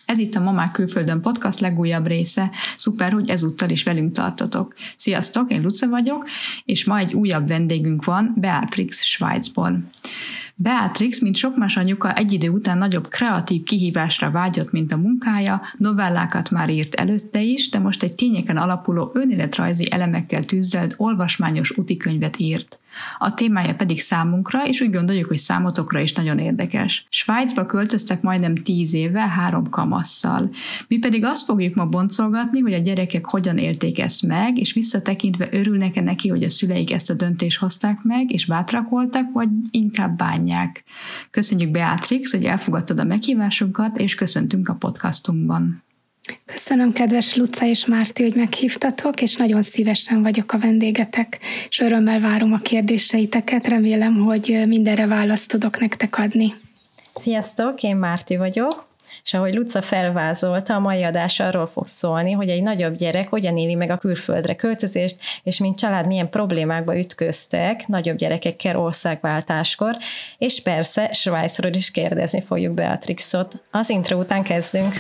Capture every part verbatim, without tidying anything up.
Ez itt a Mamák Külföldön podcast legújabb része. Szuper, hogy ezúttal is velünk tartotok. Sziasztok, én Luca vagyok, és ma egy újabb vendégünk van, Beatrix Svájcból. Beatrix, mint sok más anyuka, egy idő után nagyobb kreatív kihívásra vágyott, mint a munkája, novellákat már írt előtte is, de most egy tényeken alapuló önéletrajzi elemekkel tüzzelt, olvasmányos útikönyvet írt. A témája pedig számunkra, és úgy gondoljuk, hogy számotokra is nagyon érdekes. Svájcba költöztek majdnem tíz éve, három kamasszal. Mi pedig azt fogjuk ma boncolgatni, hogy a gyerekek hogyan élték ezt meg, és visszatekintve örülnek-e neki, hogy a szüleik ezt a döntést hozták meg, és bátrak voltak, vagy inkább bánják. Köszönjük, Beatrix, hogy elfogadtad a meghívásunkat, és köszöntünk a podcastunkban. Köszönöm, kedves Luca és Márti, hogy meghívtatok, és nagyon szívesen vagyok a vendégetek, és örömmel várom a kérdéseiteket, remélem, hogy mindenre választ tudok nektek adni. Sziasztok, én Márti vagyok, és ahogy Luca felvázolta, a mai adás arról fog szólni, hogy egy nagyobb gyerek hogyan éli meg a külföldre költözést, és mint család milyen problémákba ütköztek nagyobb gyerekekkel országváltáskor, és persze Svájcról is kérdezni fogjuk Beatrixot. Az intro után kezdünk.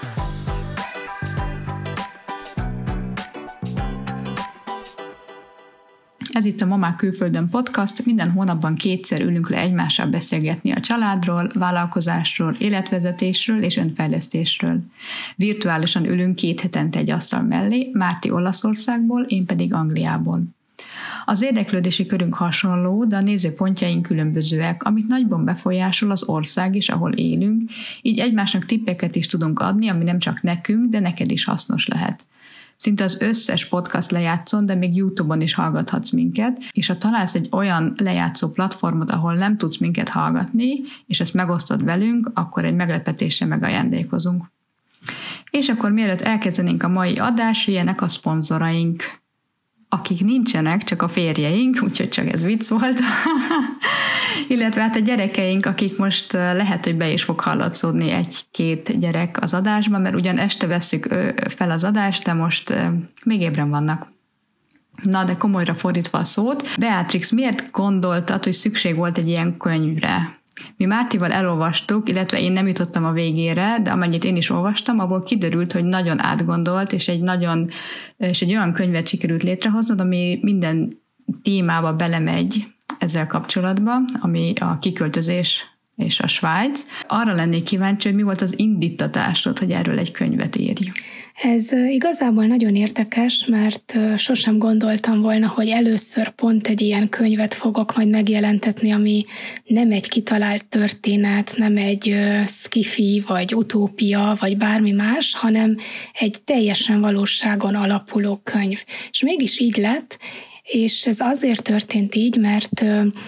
Ez itt a Mamák Külföldön podcast, minden hónapban kétszer ülünk le egymással beszélgetni a családról, vállalkozásról, életvezetésről és önfejlesztésről. Virtuálisan ülünk két hetente egy asztal mellé, Márti Olaszországból, én pedig Angliából. Az érdeklődési körünk hasonló, de a nézőpontjaink különbözőek, amit nagyban befolyásol az ország is, ahol élünk, így egymásnak tippeket is tudunk adni, ami nem csak nekünk, de neked is hasznos lehet. Szinte az összes podcast lejátszon, de még YouTube-on is hallgathatsz minket, és ha találsz egy olyan lejátszó platformot, ahol nem tudsz minket hallgatni, és ezt megosztod velünk, akkor egy meglepetéssel megajándékozunk. És akkor mielőtt elkezdenénk a mai adást, jöjjenek a szponzoraink, akik nincsenek, csak a férjeink, úgyhogy csak ez vicc volt, illetve hát a gyerekeink, akik most lehet, hogy be is fog hallatszódni egy-két gyerek az adásban, mert ugyan este vesszük fel az adást, de most még ébren vannak. Na, de komolyra fordítva a szót, Beatrix, miért gondoltad, hogy szükség volt egy ilyen könyvre? Mi Mártival elolvastuk, illetve én nem jutottam a végére, de amennyit én is olvastam, abból kiderült, hogy nagyon átgondolt, és egy nagyon, és egy olyan könyvet sikerült létrehoznod, ami minden témába belemegy ezzel kapcsolatban, ami a kiköltözés és a Svájc. Arra lennék kíváncsi, hogy mi volt az indítatásod, hogy erről egy könyvet írj. Ez igazából nagyon érdekes, mert sosem gondoltam volna, hogy először pont egy ilyen könyvet fogok majd megjelentetni, ami nem egy kitalált történet, nem egy sci-fi, vagy utópia, vagy bármi más, hanem egy teljesen valóságon alapuló könyv. És mégis így lett, és ez azért történt így, mert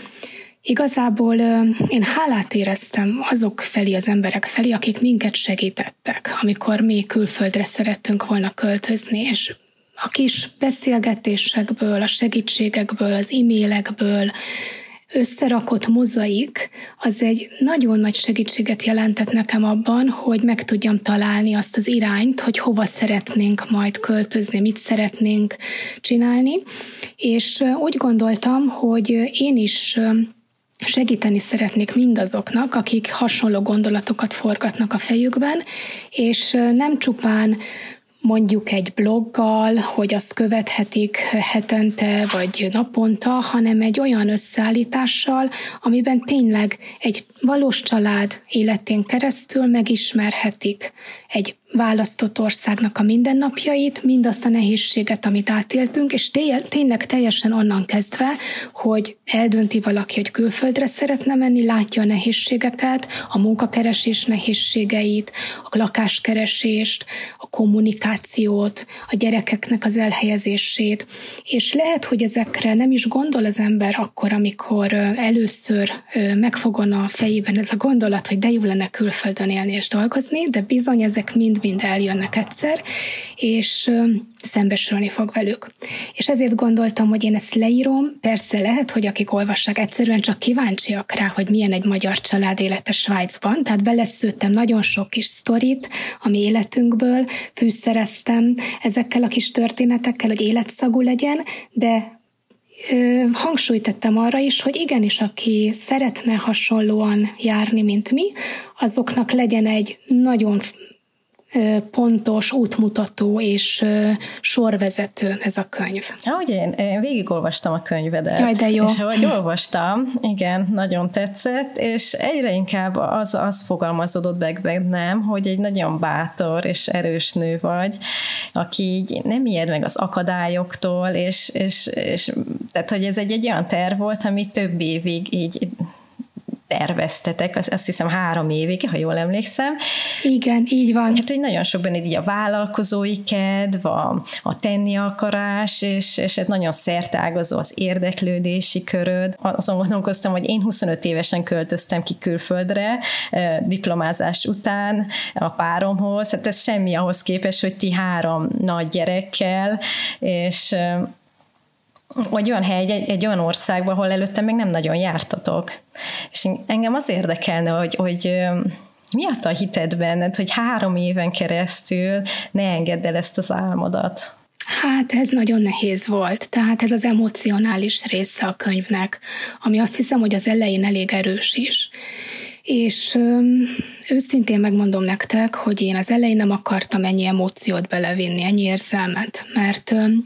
igazából én hálát éreztem azok felé, az emberek felé, akik minket segítettek, amikor mi külföldre szerettünk volna költözni, és a kis beszélgetésekből, a segítségekből, az e-mailekből összerakott mozaik, az egy nagyon nagy segítséget jelentett nekem abban, hogy meg tudjam találni azt az irányt, hogy hova szeretnénk majd költözni, mit szeretnénk csinálni, és úgy gondoltam, hogy én is segíteni szeretnék mindazoknak, akik hasonló gondolatokat forgatnak a fejükben, és nem csupán mondjuk egy bloggal, hogy azt követhetik hetente vagy naponta, hanem egy olyan összeállítással, amiben tényleg egy valós család életén keresztül megismerhetik egy választott országnak a mindennapjait, mindazt a nehézséget, amit átéltünk, és tényleg teljesen onnan kezdve, hogy eldönti valaki, hogy külföldre szeretne menni, látja a nehézségeket, a munkakeresés nehézségeit, a lakáskeresést, a kommunikációt, a gyerekeknek az elhelyezését, és lehet, hogy ezekre nem is gondol az ember akkor, amikor először megfogon a fejében ez a gondolat, hogy de jó lenne külföldön élni és dolgozni, de bizony ezek mind-mind eljönnek egyszer, és szembesülni fog velük. És ezért gondoltam, hogy én ezt leírom, persze lehet, hogy akik olvassák, egyszerűen csak kíváncsiak rá, hogy milyen egy magyar család élete Svájcban, tehát beleszőttem nagyon sok kis sztorit a mi életünkből, fűszereztem ezekkel a kis történetekkel, hogy életszagú legyen, de ö, hangsúlyt tettem arra is, hogy igenis, aki szeretne hasonlóan járni, mint mi, azoknak legyen egy nagyon pontos, útmutató és sorvezető ez a könyv. Ahogy én, én végigolvastam a könyvedet. Jaj, de jó. És ahogy olvastam, igen, nagyon tetszett, és egyre inkább az, az fogalmazódott meg bennem, hogy egy nagyon bátor és erős nő vagy, aki így nem ijed meg az akadályoktól, és, és, és tehát, hogy ez egy, egy olyan terv volt, ami több évig így terveztetek, azt, azt hiszem három évig, ha jól emlékszem. Igen, így van. Hát, hogy nagyon sok benned így a vállalkozói kedv, a, a tenni akarás, és, és hát nagyon szerteágazó az érdeklődési köröd. Azon gondolkoztam, hogy én huszonöt évesen költöztem ki külföldre, diplomázás után a páromhoz, hát ez semmi ahhoz képest, hogy ti három nagy gyerekkel, és vagy olyan hely, egy, egy olyan országban, ahol előtte még nem nagyon jártatok. És engem az érdekelne, hogy, hogy mi a hited benned, hogy három éven keresztül ne engedd el ezt az álmodat? Hát ez nagyon nehéz volt, tehát ez az emocionális része a könyvnek, ami azt hiszem, hogy az elején elég erős is. És öm, őszintén megmondom nektek, hogy én az elején nem akartam ennyi emóciót belevinni, ennyi érzelmet, mert öm,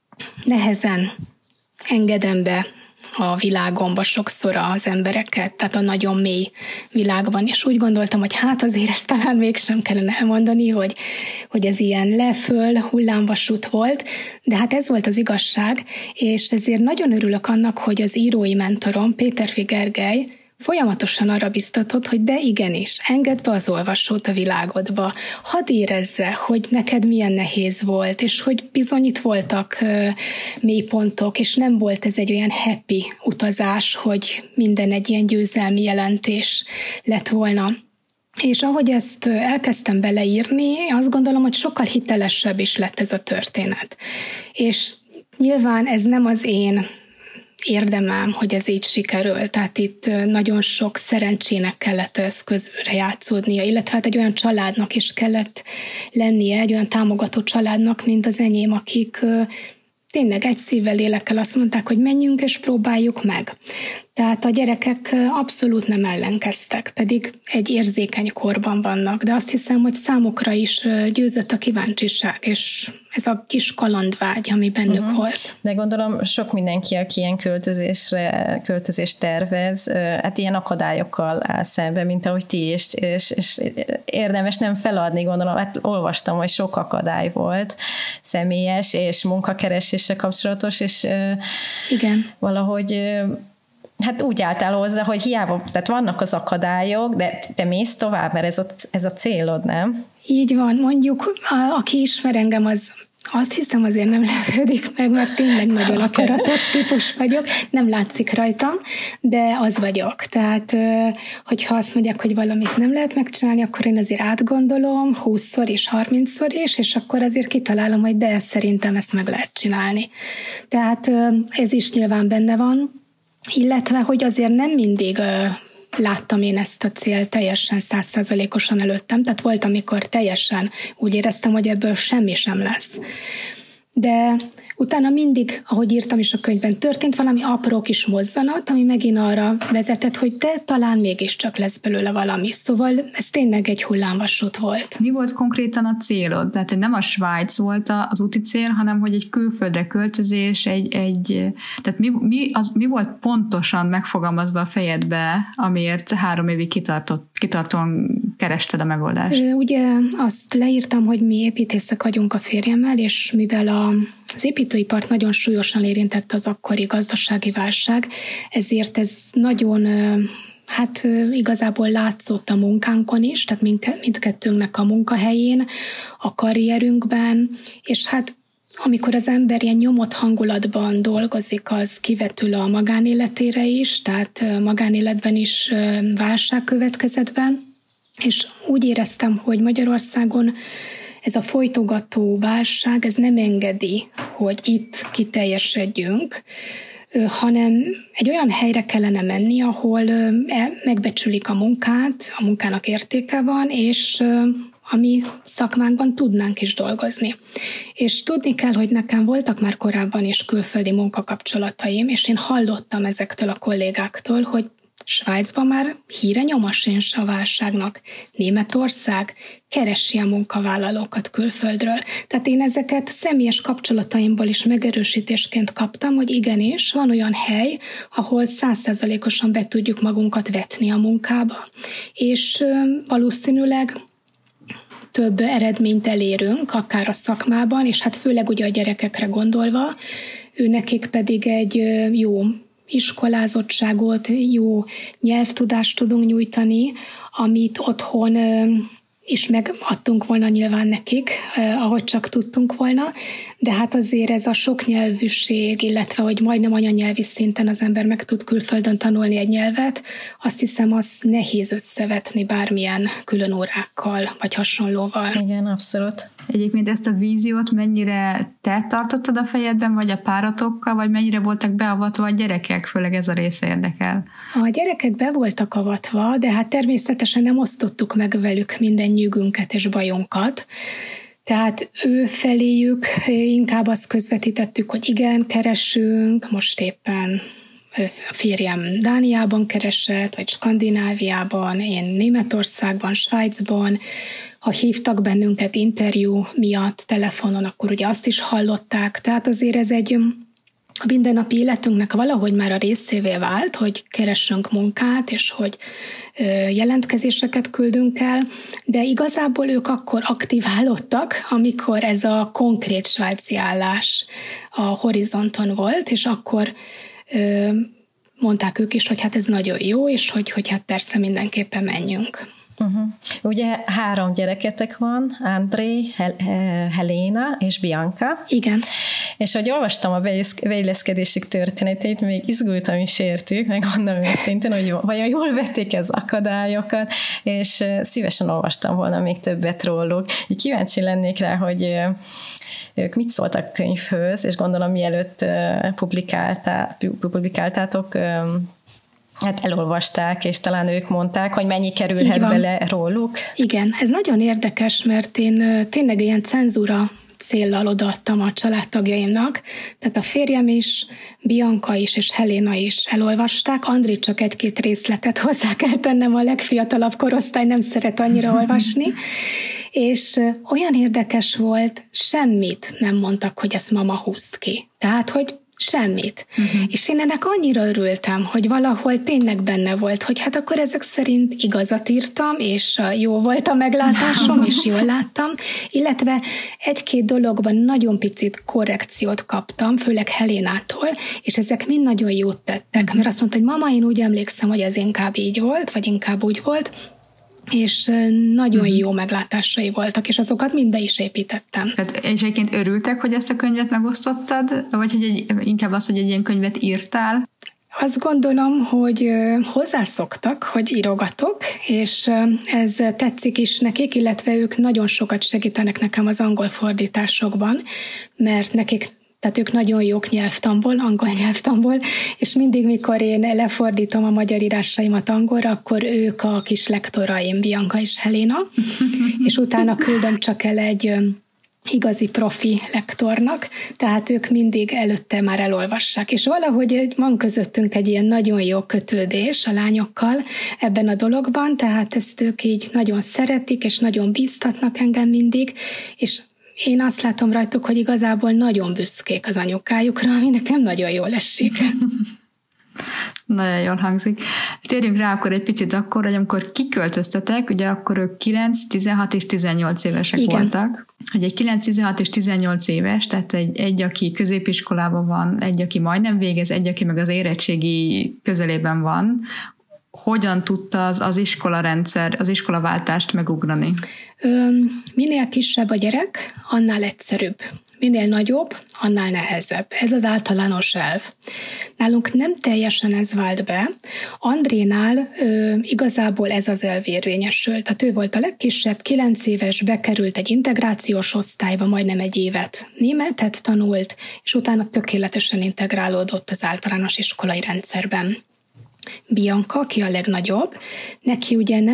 nehezen engedem be a világomba sokszor az embereket, tehát a nagyon mély világban, és úgy gondoltam, hogy hát azért ezt talán mégsem kellene elmondani, hogy, hogy ez ilyen le-föl hullámvasút volt, de hát ez volt az igazság, és ezért nagyon örülök annak, hogy az írói mentorom, Péterfi Gergely, folyamatosan arra biztatott, hogy de igenis, engedd be az olvasót a világodba, hadd érezze, hogy neked milyen nehéz volt, és hogy bizony itt voltak uh, mélypontok, és nem volt ez egy olyan happy utazás, hogy minden egy ilyen győzelmi jelentés lett volna. És ahogy ezt elkezdtem beleírni, azt gondolom, hogy sokkal hitelesebb is lett ez a történet. És nyilván ez nem az én érdemem, hogy ez így sikerül. Tehát itt nagyon sok szerencsének kellett ez közre játszódnia, illetve hát egy olyan családnak is kellett lennie, egy olyan támogató családnak, mint az enyém, akik tényleg egy szívvel, lélekkel azt mondták, hogy menjünk és próbáljuk meg. Tehát a gyerekek abszolút nem ellenkeztek, pedig egy érzékeny korban vannak, de azt hiszem, hogy számukra is győzött a kíváncsiság, és ez a kis kalandvágy, ami bennük uh-huh. volt. De gondolom sok mindenki, aki ilyen költözésre, költözést tervez, hát ilyen akadályokkal áll szembe, mint ahogy ti is, és, és érdemes nem feladni, gondolom, hát olvastam, hogy sok akadály volt, személyes és munkakereséssel kapcsolatos, és igen. valahogy hát úgy álltál hozzá, hogy hiába, tehát vannak az akadályok, de te mész tovább, mert ez a, ez a célod, nem? Így van, mondjuk, a, aki ismer engem, az azt hiszem azért nem lepődik meg, mert tényleg nagyon akaratos típus vagyok, nem látszik rajtam, de az vagyok. Tehát, hogyha azt mondják, hogy valamit nem lehet megcsinálni, akkor én azért átgondolom húszszor és harmincszor is, és akkor azért kitalálom, hogy de szerintem ezt meg lehet csinálni. Tehát ez is nyilván benne van, illetve, hogy azért nem mindig uh, láttam én ezt a célt teljesen száz százalékosan előttem, tehát volt, amikor teljesen úgy éreztem, hogy ebből semmi sem lesz. De utána mindig, ahogy írtam is a könyvben, történt valami apró kis mozzanat, ami megint arra vezetett, hogy de talán mégiscsak lesz belőle valami. Szóval ez tényleg egy hullámvasút volt. Mi volt konkrétan a célod? Tehát, hogy nem a Svájc volt az úti cél, hanem hogy egy külföldre költözés, egy, egy tehát mi, mi, az, mi volt pontosan megfogalmazva a fejedbe, amiért három évig kitartott, kitartóan kerested a megoldást? Ugye azt leírtam, hogy mi építészek vagyunk a férjemmel, és mivel a Az építőipart nagyon súlyosan érintette az akkori gazdasági válság, ezért ez nagyon, hát igazából látszott a munkánkon is, tehát mindkettőnknek a munkahelyén, a karrierünkben, és hát amikor az ember ilyen nyomott hangulatban dolgozik, az kivetül a magánéletére is, tehát magánéletben is válság következett be, és úgy éreztem, hogy Magyarországon ez a folytogató válság, ez nem engedi, hogy itt kiteljesedjünk, hanem egy olyan helyre kellene menni, ahol megbecsülik a munkát, a munkának értéke van, és a mi szakmánkban tudnánk is dolgozni. És tudni kell, hogy nekem voltak már korábban is külföldi munkakapcsolataim, és én hallottam ezektől a kollégáktól, hogy Svájcban már híre nyoma sincs a válságnak. Németország keresi a munkavállalókat külföldről. Tehát én ezeket személyes kapcsolataimból is megerősítésként kaptam, hogy igenis van olyan hely, ahol száz százalékosan be tudjuk magunkat vetni a munkába. És valószínűleg több eredményt elérünk, akár a szakmában, és hát főleg ugye a gyerekekre gondolva, ő nekik pedig egy jó iskolázottságot, jó nyelvtudást tudunk nyújtani, amit otthon is megadtunk volna nyilván nekik, ahogy csak tudtunk volna, de hát azért ez a soknyelvűség, illetve hogy majdnem anyanyelvi szinten az ember meg tud külföldön tanulni egy nyelvet, azt hiszem, az nehéz összevetni bármilyen külön órákkal, vagy hasonlóval. Igen, abszolút. Egyébként ezt a víziót mennyire te tartottad a fejedben, vagy a páratokkal, vagy mennyire voltak beavatva a gyerekek, főleg ez a része érdekel? A gyerekek be voltak avatva, de hát természetesen nem osztottuk meg velük minden nyűgünket és bajunkat. Tehát ő feléjük inkább azt közvetítettük, hogy igen, keresünk, most éppen a férjem Dániában keresett, vagy Skandináviában, én Németországban, Svájcban. Ha hívtak bennünket interjú miatt telefonon, akkor ugye azt is hallották. Tehát azért ez egy a mindennapi életünknek valahogy már a részévé vált, hogy keressünk munkát, és hogy jelentkezéseket küldünk el, de igazából ők akkor aktiválódtak, amikor ez a konkrét svájci állás a horizonton volt, és akkor mondták ők is, hogy hát ez nagyon jó, és hogy, hogy hát persze mindenképpen menjünk. Uh-huh. Ugye három gyereketek van, André, Hel- Helena és Bianca. Igen. És hogy olvastam a beilleszkedésük történetét, még izgultam is értük, meg mondom őszintén, hogy jó, vajon jól vették az akadályokat, és szívesen olvastam volna még többet róluk. Így kíváncsi lennék rá, hogy ők mit szóltak a könyvhöz, és gondolom mielőtt publikáltá, publikáltátok, hát elolvasták, és talán ők mondták, hogy mennyi kerülhet bele róluk. Igen, ez nagyon érdekes, mert én tényleg ilyen cenzúra céllal odaadtam a családtagjaimnak, tehát a férjem is, Bianca is és Helena is elolvasták, André csak egy-két részletet hozzá kell tennem, a legfiatalabb korosztály nem szeret annyira olvasni, és olyan érdekes volt, semmit nem mondtak, hogy ezt mama húzd ki. Tehát, hogy semmit. Uh-huh. És én ennek annyira örültem, hogy valahol tényleg benne volt, hogy hát akkor ezek szerint igazat írtam, és jó volt a meglátásom, és jól láttam, illetve egy-két dologban nagyon picit korrekciót kaptam, főleg Helénától, és ezek mind nagyon jót tettek, mert azt mondta, hogy mama, én úgy emlékszem, hogy ez inkább így volt, vagy inkább úgy volt, és nagyon uh-huh. jó meglátásai voltak, és azokat mind be is építettem. Tehát és egyébként örültek, hogy ezt a könyvet megosztottad, vagy hogy egy, inkább az, hogy egy ilyen könyvet írtál? Azt gondolom, hogy hozzászoktak, hogy írogatok, és ez tetszik is nekik, illetve ők nagyon sokat segítenek nekem az angol fordításokban, mert nekik tehát ők nagyon jók nyelvtanból, angol nyelvtanból, és mindig, mikor én lefordítom a magyar írásaimat angolra, akkor ők a kis lektoraim, Bianca és Helena, és utána küldöm csak el egy igazi profi lektornak, tehát ők mindig előtte már elolvassák, és valahogy van közöttünk egy ilyen nagyon jó kötődés a lányokkal ebben a dologban, tehát ezt ők így nagyon szeretik, és nagyon bíztatnak engem mindig, és én azt látom rajtuk, hogy igazából nagyon büszkék az anyukájukra, ami nekem nagyon jól esik. Nagyon jól hangzik. Térjünk rá akkor egy picit akkor, hogy amikor kiköltöztetek, ugye akkor ők kilenc, tizenhat és tizennyolc évesek Igen. voltak. Hogy egy kilenc, tizenhat és tizennyolc éves, tehát egy, egy, aki középiskolában van, egy, aki majdnem végez, egy, aki meg az érettségi közelében van, hogyan tudta az, az iskolarendszer, az iskolaváltást megugrani? Ö, minél kisebb a gyerek, annál egyszerűbb. Minél nagyobb, annál nehezebb. Ez az általános elv. Nálunk nem teljesen ez vált be. Andrénál ö, igazából ez az elv érvényesült. Tehát ő volt a legkisebb, kilenc éves, bekerült egy integrációs osztályba, majdnem egy évet németet tanult, és utána tökéletesen integrálódott az általános iskolai rendszerben. Bianca, aki a legnagyobb, neki ugye nem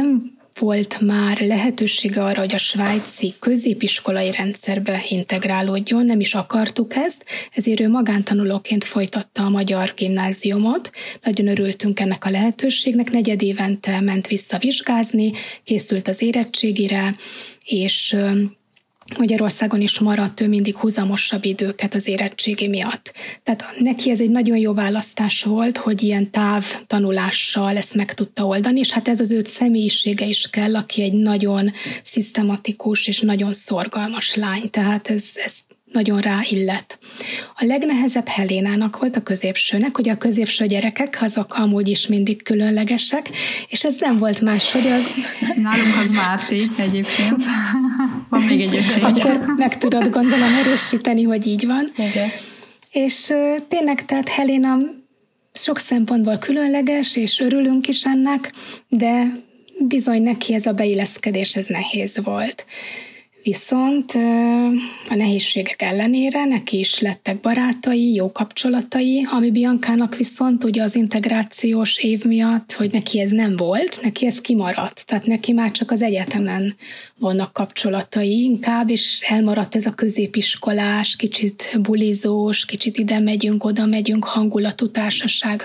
volt már lehetősége arra, hogy a svájci középiskolai rendszerbe integrálódjon, nem is akartuk ezt, ezért ő magántanulóként folytatta a magyar gimnáziumot. Nagyon örültünk ennek a lehetőségnek, negyed évente ment vissza vizsgázni, készült az érettségire, és Magyarországon is maradt ő mindig húzamosabb időket az érettségi miatt. Tehát neki ez egy nagyon jó választás volt, hogy ilyen távtanulással ezt meg tudta oldani, és hát ez az ő személyisége is kell, aki egy nagyon szisztematikus és nagyon szorgalmas lány, tehát ez, ez nagyon ráillett. A legnehezebb Helénának volt, a középsőnek, hogy a középső gyerekek azok amúgy is mindig különlegesek, és ez nem volt más, hogy az... Nálunk az Márti egyébként. Van még egy öcsége. Akkor meg tudod gondolom erősíteni, hogy így van. Igen. És uh, tényleg, tehát Heléna sok szempontból különleges, és örülünk is ennek, de bizony neki ez a beilleszkedés, ez nehéz volt. Viszont a nehézségek ellenére neki is lettek barátai, jó kapcsolatai, ami Biancának viszont ugye az integrációs év miatt, hogy neki ez nem volt, neki ez kimaradt. Tehát neki már csak az egyetemen vannak kapcsolatai inkább, és elmaradt ez a középiskolás, kicsit bulizós, kicsit ide megyünk, oda megyünk hangulatú társaság.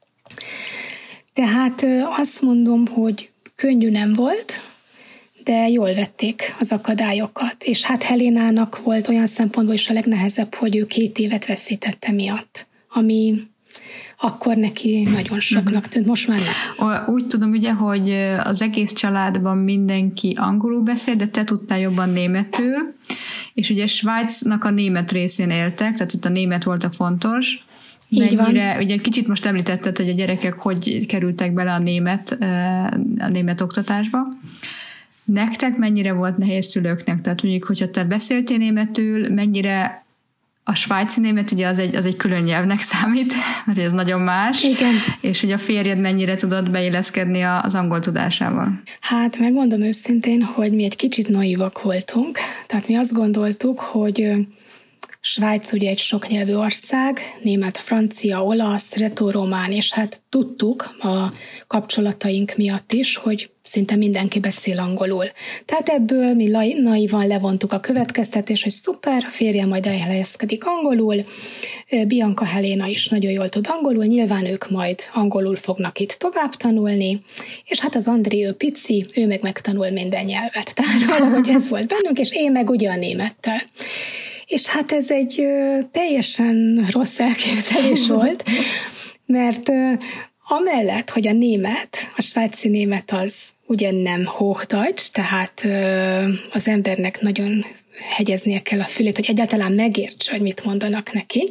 Tehát azt mondom, hogy könnyű nem volt, de jól vették az akadályokat. És hát Helénának volt olyan szempontból is a legnehezebb, hogy ő két évet veszítette miatt, ami akkor neki nagyon soknak tűnt, most már nem. Úgy tudom ugye, hogy az egész családban mindenki angolul beszél, de te tudtál jobban németül, és ugye Svájcnak a német részén éltek, tehát ott a német volt a fontos. Mennyire, ugye kicsit most említetted, hogy a gyerekek hogy kerültek bele a német, a német oktatásba. Nektek mennyire volt nehéz szülőknek? Tehát mondjuk, hogyha te beszéltél németül, mennyire a svájci német, ugye az egy, az egy külön nyelvnek számít, mert ez nagyon más. Igen. És hogy a férjed mennyire tudott beilleszkedni az angol tudásával? Hát megmondom őszintén, hogy mi egy kicsit naívak voltunk. Tehát mi azt gondoltuk, hogy Svájc ugye egy soknyelvű ország, német, francia, olasz, reto-román, és hát tudtuk a kapcsolataink miatt is, hogy szinte mindenki beszél angolul. Tehát ebből mi naívan levontuk a következtetést, hogy szuper, férje majd elhelyezkedik angolul, Bianca Heléna is nagyon jól tud angolul, nyilván ők majd angolul fognak itt tovább tanulni, és hát az André, ő pici, ő meg megtanul minden nyelvet. Tehát valahogy ez volt bennünk, és én meg ugye a némettel. És hát ez egy ö, teljesen rossz elképzelés volt, mert ö, amellett, hogy a német, a svájci német az ugye nem Hochdeutsch, tehát ö, az embernek nagyon hegyeznie kell a fülét, hogy egyáltalán megértse, hogy mit mondanak neki.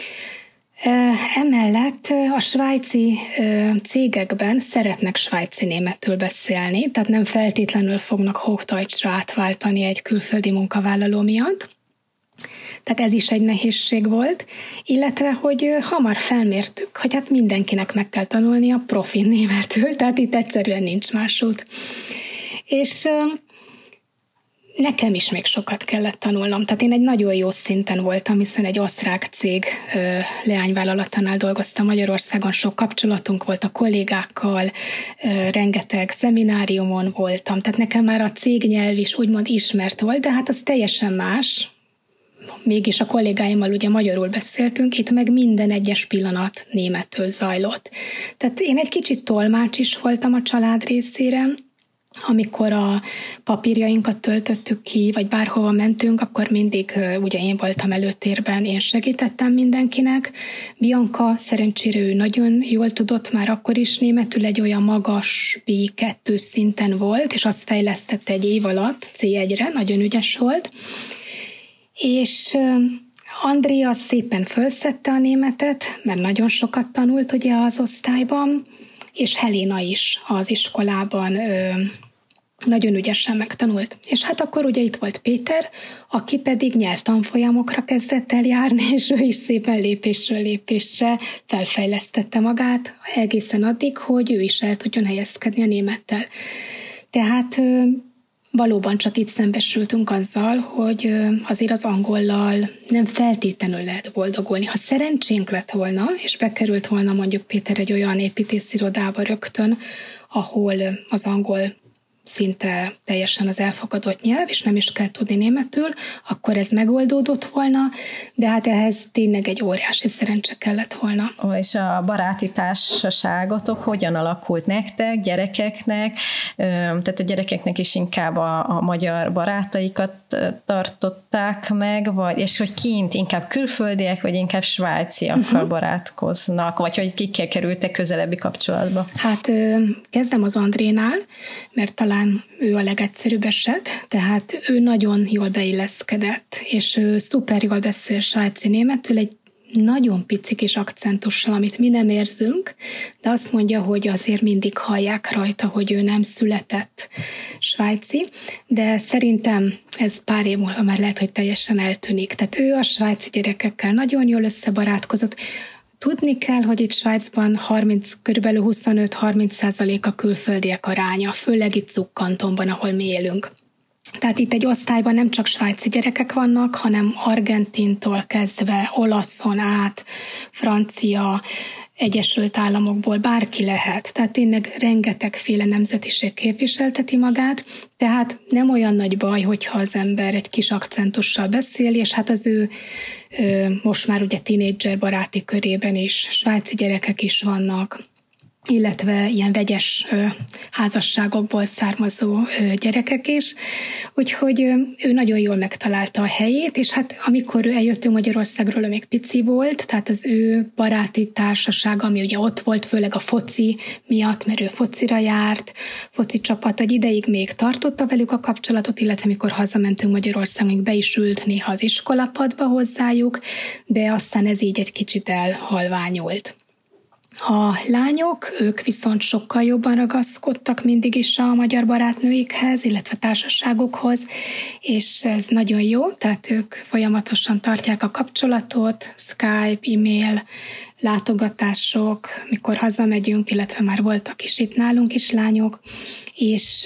Emellett a svájci cégekben szeretnek svájci németül beszélni, tehát nem feltétlenül fognak Hochdeutschra átváltani egy külföldi munkavállaló miatt. Tehát ez is egy nehézség volt, illetve, hogy hamar felmértük, hogy hát mindenkinek meg kell tanulni a profi németül, tehát itt egyszerűen nincs más út. És nekem is még sokat kellett tanulnom. Tehát én egy nagyon jó szinten voltam, hiszen egy osztrák cég leányvállalatánál dolgoztam Magyarországon, sok kapcsolatunk volt a kollégákkal, rengeteg szemináriumon voltam, tehát nekem már a cégnyelv is úgymond ismert volt, de hát az teljesen más. Mégis a kollégáimmal ugye magyarul beszéltünk, itt meg minden egyes pillanat németül zajlott. Tehát én egy kicsit tolmács is voltam a család részére, amikor a papírjainkat töltöttük ki, vagy bárhova mentünk, akkor mindig ugye én voltam előtérben, én segítettem mindenkinek. Bianca szerencsére ő nagyon jól tudott már akkor is németül, egy olyan magas bé kettő szinten volt, és azt fejlesztette egy év alatt, cé egyre, nagyon ügyes volt. És Andrea szépen fölszedte a németet, mert nagyon sokat tanult ugye az osztályban, és Heléna is az iskolában ö, nagyon ügyesen megtanult. És hát akkor ugye itt volt Péter, aki pedig nyelvtanfolyamokra kezdett el járni, és ő is szépen lépésről lépésre felfejlesztette magát, egészen addig, hogy ő is el tudjon helyezkedni a némettel. Tehát ö, valóban csak itt szembesültünk azzal, hogy azért az angollal nem feltétlenül lehet boldogulni. Ha szerencsénk lett volna, és bekerült volna mondjuk Péter egy olyan építészirodába rögtön, ahol az angol szinte teljesen az elfogadott nyelv, és nem is kell tudni németül, akkor ez megoldódott volna, de hát ehhez tényleg egy óriási szerencse kellett volna. Ó, és a baráti társaságotok hogyan alakult nektek, gyerekeknek? Tehát a gyerekeknek is inkább a, a magyar barátaikat tartották meg, vagy, és hogy kint inkább külföldiek, vagy inkább svájciakkal uh-huh. barátkoznak, vagy hogy kikkel kerültek közelebbi kapcsolatba? Hát kezdem az Andrénál, mert talán ő a legegyszerűbb eset, tehát ő nagyon jól beilleszkedett, és ő szuper jól beszél svájci németül, egy nagyon pici kis akcentussal, amit mi nem érzünk, de azt mondja, hogy azért mindig hallják rajta, hogy ő nem született svájci, de szerintem ez pár év múlva már lehet, hogy teljesen eltűnik. Tehát ő a svájci gyerekekkel nagyon jól összebarátkozott. Tudni kell, hogy itt Svájcban harminc, körülbelül huszonöt-harminc százalék a külföldiek aránya, főleg itt Zug kantonban, ahol mi élünk. Tehát itt egy osztályban nem csak svájci gyerekek vannak, hanem argentintól kezdve, olaszon át, francia, Egyesült Államokból bárki lehet. Tehát tényleg rengetegféle nemzetiség képviselteti magát, tehát nem olyan nagy baj, hogyha az ember egy kis akcentussal beszél, és hát az ő most már ugye tínédzser baráti körében is svájci gyerekek is vannak, illetve ilyen vegyes házasságokból származó gyerekek is. Úgyhogy ő nagyon jól megtalálta a helyét, és hát amikor eljöttünk Magyarországról, ő még pici volt, tehát az ő baráti társaság, ami ugye ott volt, főleg a foci miatt, mert ő focira járt, foci csapat, egy ideig még tartotta velük a kapcsolatot, illetve amikor hazamentünk Magyarországon, még be is ült néha az iskolapadba hozzájuk, de aztán ez így egy kicsit elhalványult. A lányok, ők viszont sokkal jobban ragaszkodtak mindig is a magyar barátnőikhez, illetve társaságokhoz, és ez nagyon jó, tehát ők folyamatosan tartják a kapcsolatot, Skype, e-mail, látogatások, mikor hazamegyünk, illetve már voltak is itt nálunk is lányok, és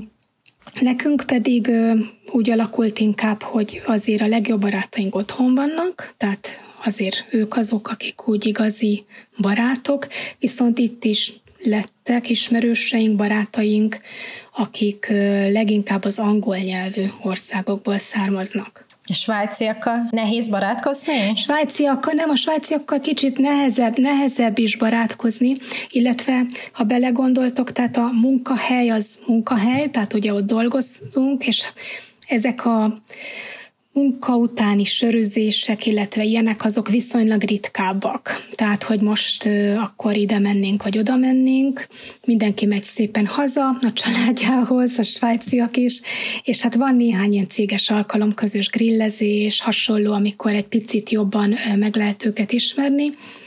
nekünk pedig úgy alakult inkább, hogy azért a legjobb barátaink otthon vannak, tehát azért ők azok, akik úgy igazi barátok, viszont itt is lettek ismerőseink, barátaink, akik leginkább az angol nyelvű országokból származnak. A svájciakkal nehéz barátkozni? Svájciakkal nem, a svájciakkal kicsit nehezebb, nehezebb is barátkozni, illetve ha belegondoltok, tehát a munkahely az munkahely, tehát ugye ott dolgozunk, és ezek a munka utáni sörözések, illetve ilyenek, azok viszonylag ritkábbak. Tehát, hogy most uh, akkor ide mennénk, vagy oda mennénk, mindenki megy szépen haza, a családjához, a svájciak is, és hát van néhány ilyen céges alkalom, közös grillezés, hasonló, amikor egy picit jobban uh, meg lehet őket ismerni,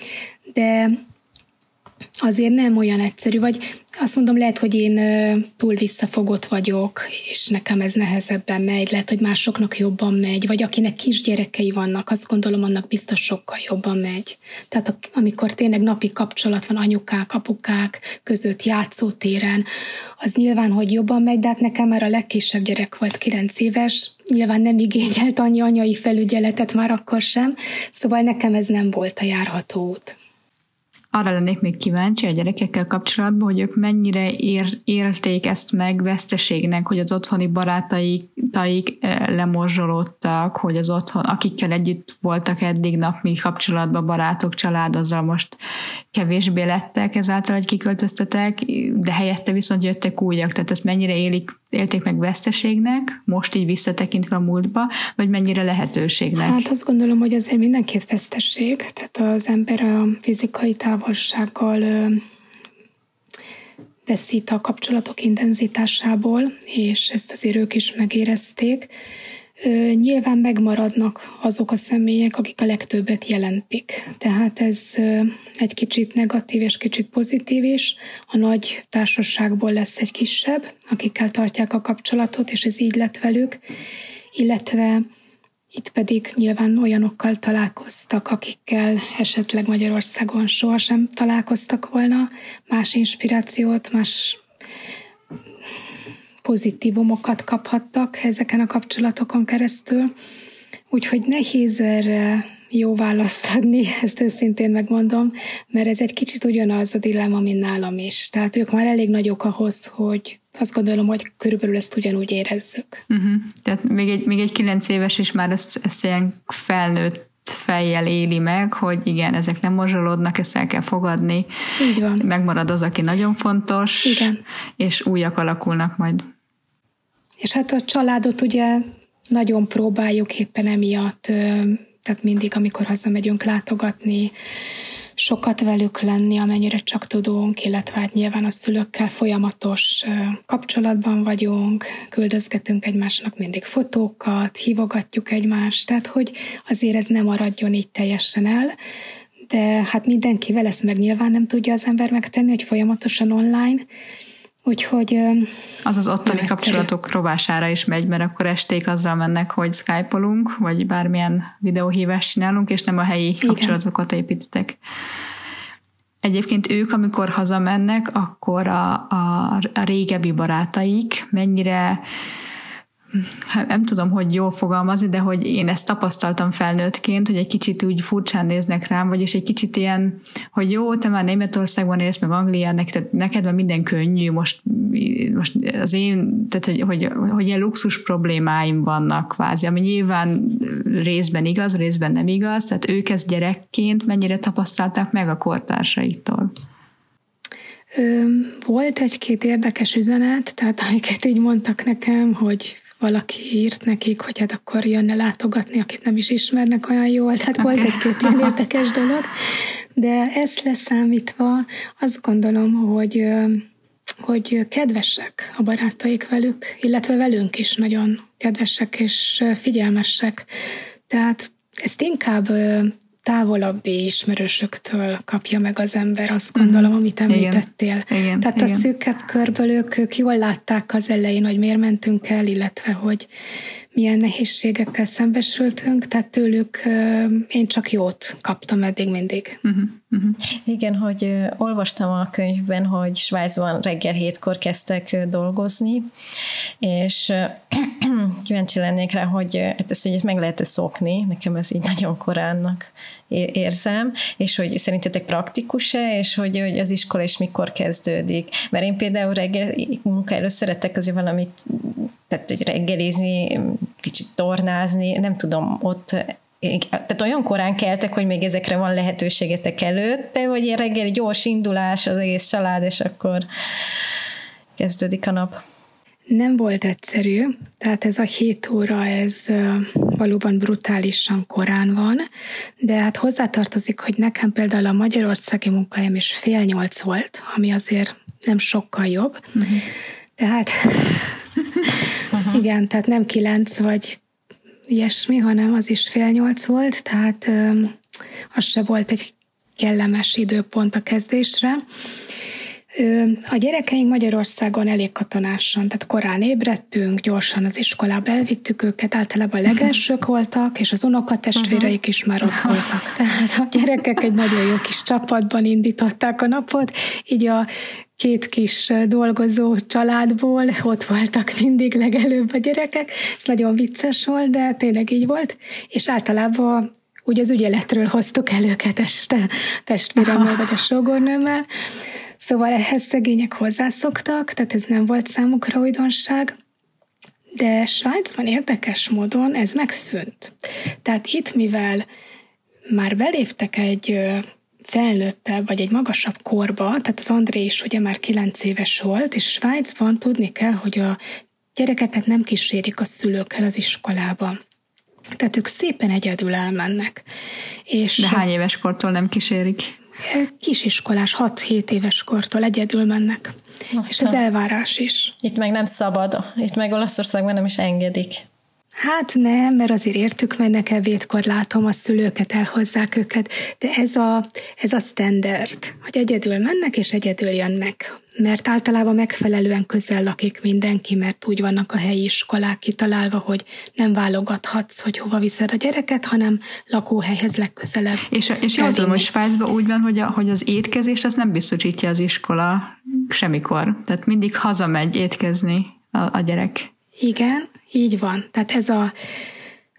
de azért nem olyan egyszerű, vagy azt mondom, lehet, hogy én túl visszafogott vagyok, és nekem ez nehezebben megy, lehet, hogy másoknak jobban megy, vagy akinek kisgyerekei vannak, azt gondolom, annak biztos sokkal jobban megy. Tehát amikor tényleg napi kapcsolat van anyukák, apukák között játszótéren, az nyilván, hogy jobban megy, de hát nekem már a legkisebb gyerek volt, kilenc éves, nyilván nem igényelt annyi anyai felügyeletet már akkor sem, szóval nekem ez nem volt a járható út. Arra lennék még kíváncsi a gyerekekkel kapcsolatban, hogy ők mennyire ér, élték ezt meg veszteségnek, hogy az otthoni barátaik taik lemorzsolódtak, hogy az otthon, akikkel együtt voltak eddig napi kapcsolatban, barátok, család, azzal most kevésbé lettek ezáltal, hogy kiköltöztetek, de helyette viszont jöttek újak, tehát ezt mennyire élik, élték meg veszteségnek, most így visszatekintve a múltba, vagy mennyire lehetőségnek? Hát azt gondolom, hogy azért mindenképp veszteség, tehát az ember a fizikai távolsággal ö, veszít a kapcsolatok intenzitásából, és ezt azért ők is megérezték. Ö, nyilván megmaradnak azok a személyek, akik a legtöbbet jelentik. Tehát ez ö, egy kicsit negatív és kicsit pozitív is. A nagy társaságból lesz egy kisebb, akikkel tartják a kapcsolatot, és ez így lett velük. Illetve itt pedig nyilván olyanokkal találkoztak, akikkel esetleg Magyarországon sohasem találkoztak volna, más inspirációt, más pozitívumokat kaphattak ezeken a kapcsolatokon keresztül. Úgyhogy nehéz erre jó választ adni, ezt őszintén megmondom, mert ez egy kicsit ugyanaz a dilemma, mint nálam is. Tehát ők már elég nagyok ahhoz, hogy azt gondolom, hogy körülbelül ezt ugyanúgy érezzük. Uh-huh. Tehát még egy, még egy kilenc éves is már ezt, ezt ilyen felnőtt fejjel éli meg, hogy igen, ezek nem morzsolódnak, ezt el kell fogadni. Így van. Megmarad az, aki nagyon fontos, igen. És újak alakulnak majd. És hát a családot ugye nagyon próbáljuk éppen emiatt, tehát mindig, amikor hazamegyünk látogatni, sokat velük lenni, amennyire csak tudunk, illetve hát nyilván a szülőkkel folyamatos kapcsolatban vagyunk, küldözgetünk egymásnak mindig fotókat, hívogatjuk egymást, tehát hogy azért ez nem maradjon így teljesen el, de hát mindenkivel ezt meg nyilván nem tudja az ember megtenni, hogy folyamatosan online, úgyhogy... Az az ottani kapcsolatok rovására is megy, mert akkor esték azzal mennek, hogy Skype-olunk, vagy bármilyen videóhívást csinálunk, és nem a helyi igen. kapcsolatokat építitek. Egyébként ők, amikor hazamennek, akkor a, a, a régebbi barátaik mennyire... nem tudom, hogy jól fogalmazni, de hogy én ezt tapasztaltam felnőttként, hogy egy kicsit úgy furcsán néznek rám, vagyis egy kicsit ilyen, hogy jó, te már Németországban élsz, meg Anglián, neked, neked már minden könnyű, most, most az én, tehát hogy, hogy, hogy ilyen luxus problémáim vannak kvázi, ami nyilván részben igaz, részben nem igaz, tehát ők ezt gyerekként mennyire tapasztalták meg a kortársaiktól? Volt egy-két érdekes üzenet, tehát amiket így mondtak nekem, hogy valaki írt nekik, hogy hát akkor jönne látogatni, akit nem is ismernek olyan jól, tehát okay. volt egy-két ilyen érdekes dolog, de ezt leszámítva azt gondolom, hogy, hogy kedvesek a barátaik velük, illetve velünk is nagyon kedvesek és figyelmesek, tehát ezt inkább távolabbi ismerősöktől kapja meg az ember, azt gondolom, mm. amit említettél. Igen. Igen. Tehát Igen. a szűkebb körből ők, ők jól látták az elején, hogy miért mentünk el, illetve hogy milyen nehézségekkel szembesültünk, tehát tőlük én csak jót kaptam eddig mindig. Uh-huh. Uh-huh. Igen, hogy olvastam a könyvben, hogy Svájcban reggel hétkor kezdtek dolgozni, és kíváncsi lennék rá, hogy ezt hogy meg lehet-e szokni, nekem ez így nagyon koránnak érzem, és hogy szerintetek praktikus-e, és hogy, hogy az iskola is mikor kezdődik. Mert én például reggel munka előtt szeretek azért valamit, tehát hogy reggelizni, kicsit tornázni, nem tudom, ott tehát olyan korán keltek, hogy még ezekre van lehetőségetek előtte, vagy ilyen reggeli gyors indulás az egész család, és akkor kezdődik a nap. Nem volt egyszerű, tehát ez a hét óra, ez valóban brutálisan korán van, de hát hozzátartozik, hogy nekem például a magyarországi munkahelyem is fél nyolc volt, ami azért nem sokkal jobb. Uh-huh. Tehát uh-huh. igen, tehát nem kilenc vagy ilyesmi, hanem az is fél nyolc volt, tehát az se volt egy kellemes időpont a kezdésre. A gyerekeink Magyarországon elég katonásan, tehát korán ébredtünk, gyorsan az iskolába elvittük őket, általában legelsők voltak, és az unokatestvéreik is már ott voltak. Tehát a gyerekek egy nagyon jó kis csapatban indították a napot, így a két kis dolgozó családból ott voltak mindig legelőbb a gyerekek. Ez nagyon vicces volt, de tényleg így volt, és általában úgy az ügyeletről hoztuk el őket este testvéremmel vagy a sógornőmmel. Szóval ehhez szegények hozzászoktak, tehát ez nem volt számukra újdonság, de Svájcban érdekes módon ez megszűnt. Tehát itt, mivel már beléptek egy felnőttebb, vagy egy magasabb korba, tehát az André is ugye már kilenc éves volt, és Svájcban tudni kell, hogy a gyerekeket nem kísérik a szülőkkel az iskolába. Tehát ők szépen egyedül elmennek. És de hány éves kortól nem kísérik? Kisiskolás, hat-hét éves kortól egyedül mennek. Aztán. És ez elvárás is. Itt meg nem szabad. Itt meg Olaszországban nem is engedik. Hát nem, mert azért értük mennek ebédkor, látom, a szülőket elhozzák őket, de ez a, ez a standard, hogy egyedül mennek és egyedül jönnek. Mert általában megfelelően közel lakik mindenki, mert úgy vannak a helyi iskolák kitalálva, hogy nem válogathatsz, hogy hova viszed a gyereket, hanem lakóhelyhez legközelebb. És, és jól tudom, hogy Svájcban úgy van, hogy, a, hogy az étkezést az nem biztosítja az iskola semmikor. Tehát mindig hazamegy étkezni a, a gyerek. Igen, így van. Tehát ez a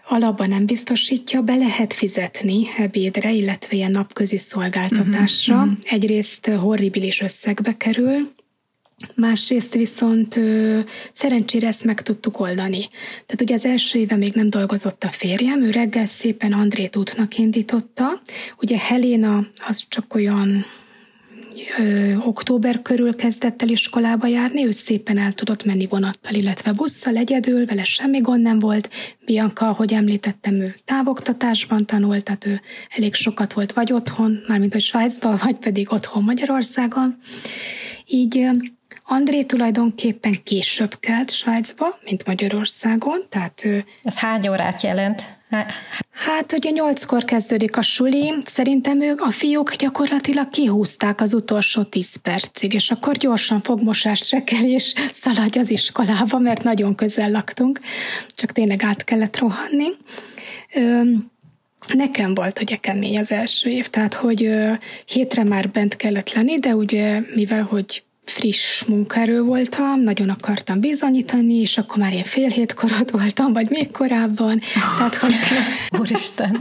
alapban nem biztosítja, be lehet fizetni ebédre, illetve ilyen napközi szolgáltatásra. Uh-huh, uh-huh. Egyrészt horribilis összegbe kerül, másrészt viszont ö, szerencsére ezt meg tudtuk oldani. Tehát ugye az első éve még nem dolgozott a férjem, ő reggel szépen Andrét útnak indította. Ugye Helena az csak olyan ö, október körül kezdett el iskolába járni, ő szépen el tudott menni vonattal, illetve busszal egyedül, vele semmi gond nem volt. Bianca, ahogy említettem, ő távoktatásban tanult, tehát ő elég sokat volt vagy otthon, mármint hogy Svájcban, vagy pedig otthon Magyarországon. Így André tulajdonképpen később kelt Svájcba, mint Magyarországon, tehát ő... Ez hány órát jelent? Hát ugye nyolckor kezdődik a suli, szerintem ők, a fiúk gyakorlatilag kihúzták az utolsó tíz percig, és akkor gyorsan fogmosás, reggelés, szaladj az iskolába, mert nagyon közel laktunk, csak tényleg át kellett rohanni. Nekem volt ugye kemény az első év, tehát hogy hétre már bent kellett lenni, de ugye mivel, hogy friss munkaerő voltam, nagyon akartam bizonyítani, és akkor már én fél hétkor ott voltam, vagy még korábban. Tehát, hogy... Úristen!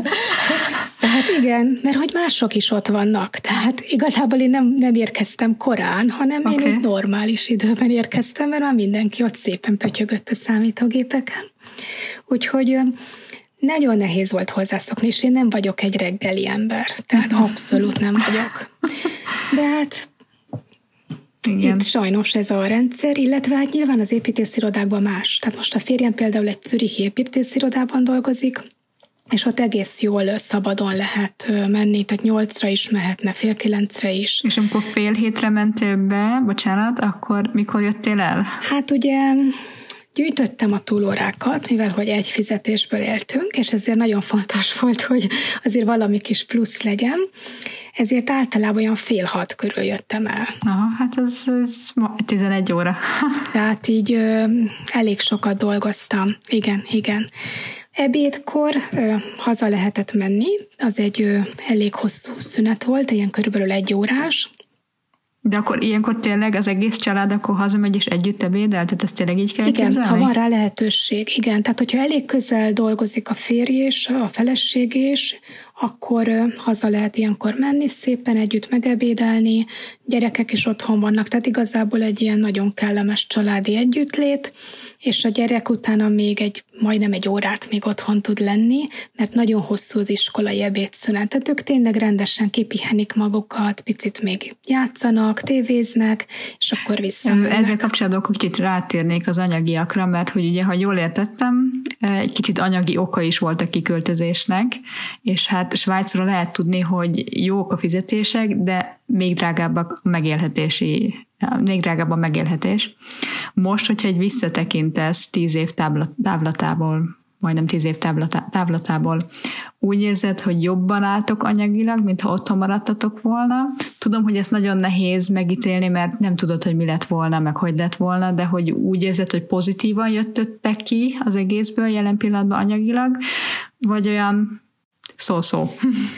Tehát igen, mert hogy mások is ott vannak. Tehát igazából én nem, nem érkeztem korán, hanem okay. Én egy normális időben érkeztem, mert már mindenki ott szépen pötyögött a számítógépeken. Úgyhogy nagyon nehéz volt hozzászokni, és én nem vagyok egy reggeli ember. Tehát abszolút nem vagyok. De hát igen. Itt sajnos ez a rendszer, illetve hát nyilván az építészirodákban más. Tehát most a férjem például egy zürichi építészirodában dolgozik, és ott egész jól szabadon lehet menni, tehát nyolcra is mehetne, fél kilencre is. És amikor fél hétre mentél be, bocsánat, akkor mikor jöttél el? Hát ugye gyűjtöttem a túlórákat, mivel hogy egy fizetésből éltünk, és ezért nagyon fontos volt, hogy azért valami kis plusz legyen. Ezért általában olyan fél hat körül jöttem el. Aha, hát ez, ez tizenegy óra. Tehát így ö, elég sokat dolgoztam. Igen, igen. Ebédkor ö, haza lehetett menni, az egy ö, elég hosszú szünet volt, ilyen körülbelül egy órás. De akkor ilyenkor tényleg az egész család akkor hazamegy és együtt ebédel? Tehát ezt tényleg így kell igen, képzelni? Ha van rá lehetőség, igen. Tehát, hogyha elég közel dolgozik a férj és a feleség is, akkor haza lehet ilyenkor menni, szépen együtt megebédelni, gyerekek is otthon vannak, tehát igazából egy ilyen nagyon kellemes családi együttlét, és a gyerek utána még egy, majdnem egy órát még otthon tud lenni, mert nagyon hosszú az iskolai ebédszünet. Tehát ők tényleg rendesen kipihenik magukat, picit még játszanak, tévéznek, és akkor visszamennek. Ezzel kapcsolatban akkor kicsit rátérnék az anyagiakra, mert hogy ugye, ha jól értettem, egy kicsit anyagi oka is volt a kiköltözésnek, és hát Svájcról lehet tudni, hogy jók a fizetések, de még drágábbak a megélhetési, még drágább a megélhetés. Most, hogyha egy visszatekintesz tíz év távlatából, majdnem tíz év távlatából, úgy érzed, hogy jobban álltok anyagilag, mintha otthon maradtatok volna. Tudom, hogy ezt nagyon nehéz megítélni, mert nem tudod, hogy mi lett volna, meg hogy lett volna, de hogy úgy érzed, hogy pozitívan jöttetek ki az egészből jelen pillanatban anyagilag, vagy olyan szó-szó?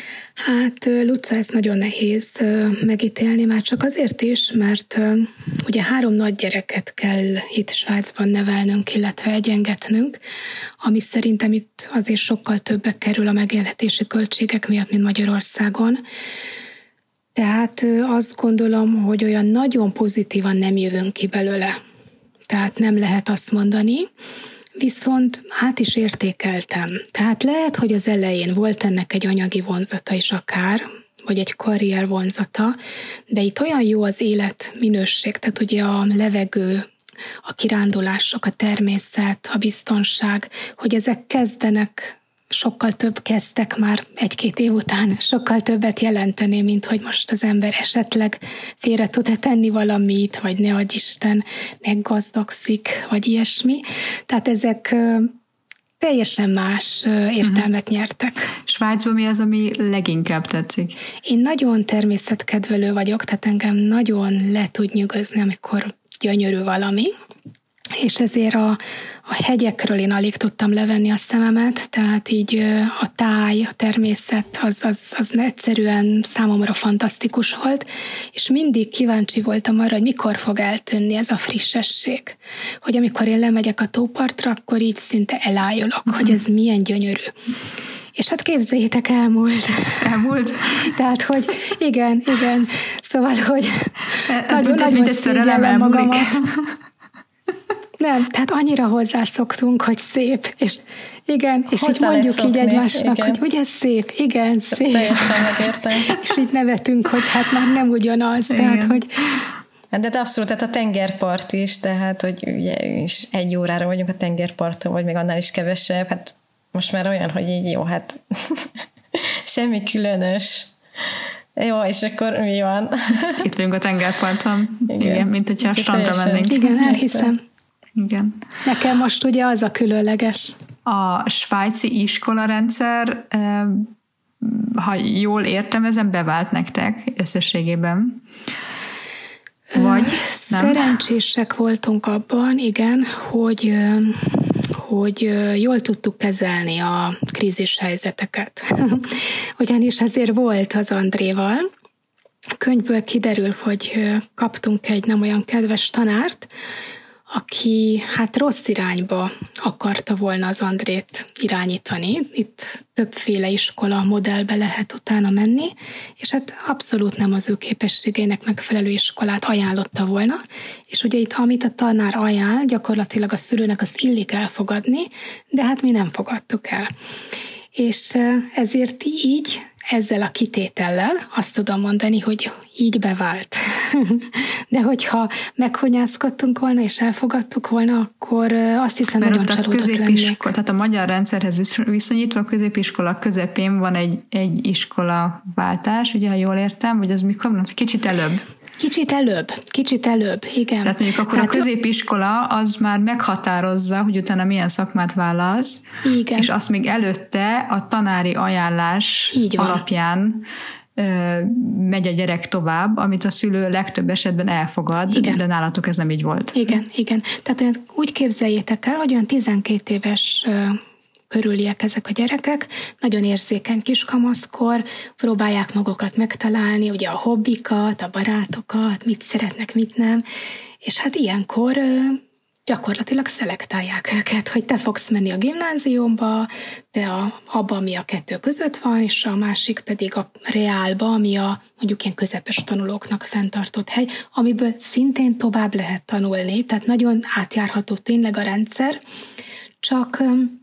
Hát, Luca, ez nagyon nehéz megítélni, már csak azért is, mert ugye három nagy gyereket kell itt Svájcban nevelnünk, illetve egyengetnünk, ami szerintem itt azért sokkal többek kerül a megélhetési költségek miatt, mint Magyarországon. Tehát azt gondolom, hogy olyan nagyon pozitívan nem jövünk ki belőle. Tehát nem lehet azt mondani, viszont hát is értékeltem. Tehát lehet, hogy az elején volt ennek egy anyagi vonzata is akár, vagy egy karrier vonzata, de itt olyan jó az életminőség, tehát ugye a levegő, a kirándulások, a természet, a biztonság, hogy ezek kezdenek, sokkal több kezdtek már egy-két év után, sokkal többet jelenteni, mint hogy most az ember esetleg félre tud-e tenni valamit, vagy ne adj Isten, meggazdagszik, vagy ilyesmi. Tehát ezek teljesen más értelmet uh-huh. nyertek. Svájcban mi az, ami leginkább tetszik? Én nagyon természetkedvelő vagyok, tehát engem nagyon le tud nyugozni, amikor gyönyörű valami. és ezért a, a hegyekről én alig tudtam levenni a szememet, tehát így a táj, a természet, az, az, az egyszerűen számomra fantasztikus volt, és mindig kíváncsi voltam arra, hogy mikor fog eltűnni ez a frissesség. Hogy amikor én lemegyek a tópartra, akkor így szinte elájulok, mm-hmm. hogy ez milyen gyönyörű. És hát képzeljétek, elmúlt. Elmúlt? Tehát, hogy igen, igen. Szóval, hogy ez nagyon, mint, mint egy szerelem elmúlik. Nem, tehát annyira hozzászoktunk, hogy szép, és igen, és hozzá így mondjuk szokni, így egymásnak, igen. hogy ugye szép, igen, szép. Teljesen megértem. És így nevetünk, hogy hát már nem ugyanaz, igen. tehát, hogy... Hát de abszolút, tehát a tengerpart is, tehát, hogy ugye is egy órára vagyunk a tengerparton, vagy még annál is kevesebb, hát most már olyan, hogy így jó, hát semmi különös. Jó, és akkor mi van? Itt vagyunk a tengerparton, igen, igen mint hogyha a strandra mennénk. Igen, elhiszem. Igen. Nekem most ugye az a különleges. A svájci iskolarendszer, ha jól értem, ezen bevált nektek összességében? Vagy nem? Szerencsések voltunk abban, igen, hogy, hogy jól tudtuk kezelni a krízis helyzeteket. Ugyanis ezért volt az Andréval. A könyvből kiderül, hogy kaptunk egy nem olyan kedves tanárt, aki hát rossz irányba akarta volna az Andrét irányítani. Itt többféle iskola modellbe lehet utána menni, és hát abszolút nem az ő képességének megfelelő iskolát ajánlotta volna, és ugye itt, amit a tanár ajánl, gyakorlatilag a szülőnek azt illik elfogadni, de hát mi nem fogadtuk el. És ezért így, ezzel a kitétellel azt tudom mondani, hogy így bevált. De hogyha meghonyászkodtunk volna és elfogadtuk volna, akkor azt hiszem, mert nagyon csalódott lennék. Tehát a magyar rendszerhez viszonyítva a középiskola közepén van egy, egy iskolaváltás, ugye, ha jól értem, vagy az mikor van? Kicsit előbb. Kicsit előbb, kicsit előbb, igen. Tehát mondjuk akkor Tehát a középiskola az már meghatározza, hogy utána milyen szakmát vállalsz, igen. És azt még előtte a tanári ajánlás alapján ö, megy a gyerek tovább, amit a szülő legtöbb esetben elfogad, igen. De nálatok ez nem így volt. Igen, igen. Tehát olyan, úgy képzeljétek el, hogy olyan tizenkét éves körüliek ezek a gyerekek, nagyon érzékeny kiskamaszkor, próbálják magukat megtalálni, ugye a hobbikat, a barátokat, mit szeretnek, mit nem, és hát ilyenkor gyakorlatilag szelektálják őket, hogy te fogsz menni a gimnáziumba, te a, abba, ami a kettő között van, és a másik pedig a reálba, ami a mondjuk ilyen közepes tanulóknak fenntartott hely, amiből szintén tovább lehet tanulni, tehát nagyon átjárható tényleg a rendszer, csak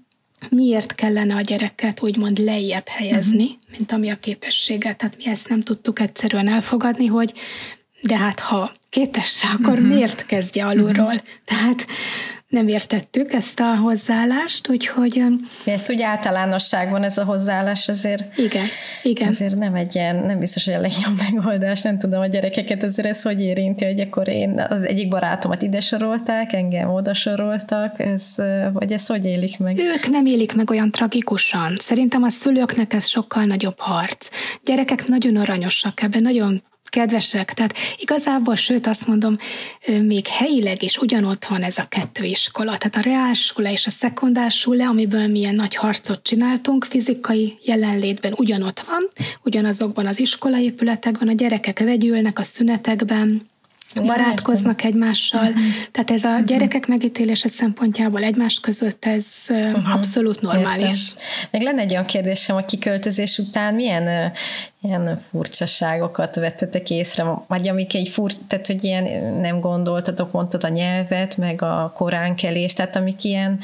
miért kellene a gyereket úgymond lejjebb helyezni, uh-huh. mint ami a képessége. Tehát mi ezt nem tudtuk egyszerűen elfogadni, hogy de hát ha képes, akkor uh-huh. miért kezdje alulról? Uh-huh. Tehát nem értettük ezt a hozzáállást, úgyhogy... De ezt úgy általánosságban ez a hozzáállás azért... Igen, igen. Azért nem egy ilyen, nem biztos, hogy a legjobb megoldás, nem tudom a gyerekeket, azért ez hogy érinti, hogy akkor én, az egyik barátomat ide sorolták, engem oda soroltak, ez, vagy ez hogy élik meg? Ők nem élik meg olyan tragikusan. Szerintem a szülőknek ez sokkal nagyobb harc. Gyerekek nagyon aranyosak ebben, nagyon kedvesek, tehát igazából, sőt azt mondom, még helyileg is ugyanott van ez a kettő iskola, tehát a reálsule és a szekundársule, amiből milyen nagy harcot csináltunk, fizikai jelenlétben ugyanott van, ugyanazokban az iskolaépületekben, a gyerekek vegyülnek a szünetekben, barátkoznak egymással, uh-huh. tehát ez a gyerekek megítélése szempontjából egymás között ez uh-huh. abszolút normális. Értem. Még lenne egy olyan kérdésem, a kiköltözés után milyen uh, ilyen furcsaságokat vettetek észre, vagy amik egy fur, tehát hogy ilyen nem gondoltatok, mondtad a nyelvet, meg a koránkelést, tehát amik ilyen